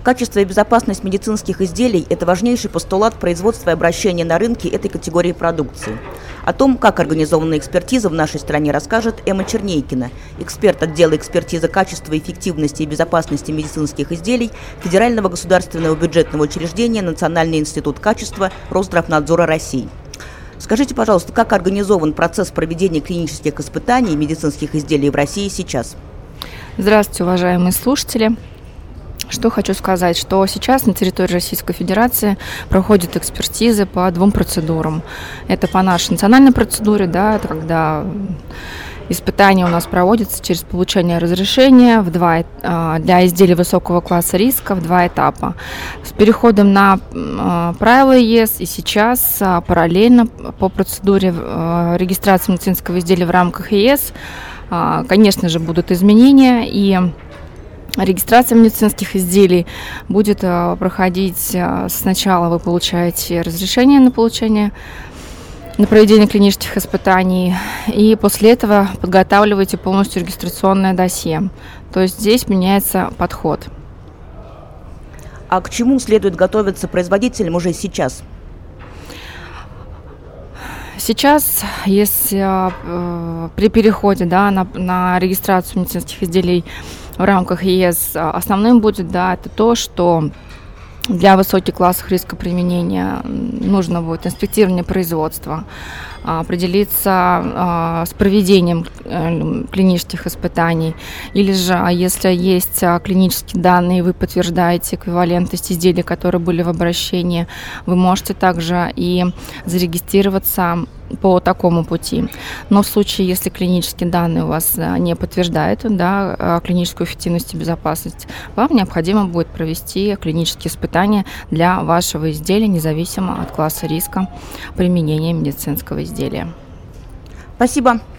Качество и безопасность медицинских изделий – это важнейший постулат производства и обращения на рынке этой категории продукции. О том, как организована экспертиза в нашей стране, расскажет Эмма Чернейкина, эксперт отдела экспертизы качества, эффективности и безопасности медицинских изделий Федерального государственного бюджетного учреждения Национальный институт качества Росздравнадзора России. Скажите, пожалуйста, как организован процесс проведения клинических испытаний медицинских изделий в России сейчас? Здравствуйте, уважаемые слушатели. Что хочу сказать, что сейчас на территории Российской Федерации проходят экспертизы по двум процедурам. Это по нашей национальной процедуре, да, это когда испытания у нас проводятся через получение разрешения для изделий высокого класса риска в 2 этапа. С переходом на правила ЕС и сейчас параллельно по процедуре регистрации медицинского изделия в рамках ЕС, конечно же, будут изменения, и регистрация медицинских изделий будет проходить сначала вы получаете разрешение на проведение клинических испытаний, и после этого подготавливаете полностью регистрационное досье. То есть здесь меняется подход. А к чему следует готовиться производителям уже сейчас? Сейчас, если при переходе на регистрацию медицинских изделий в рамках ЕС, основным будет это то, что для высоких классов риска применения нужно будет инспектирование производства, определиться с проведением клинических испытаний, или же, если есть клинические данные, вы подтверждаете эквивалентность изделий, которые были в обращении, вы можете также и зарегистрироваться по такому пути. Но в случае, если клинические данные у вас не подтверждают клиническую эффективность и безопасность, вам необходимо будет провести клинические испытания для вашего изделия, независимо от класса риска применения медицинского изделия. Спасибо.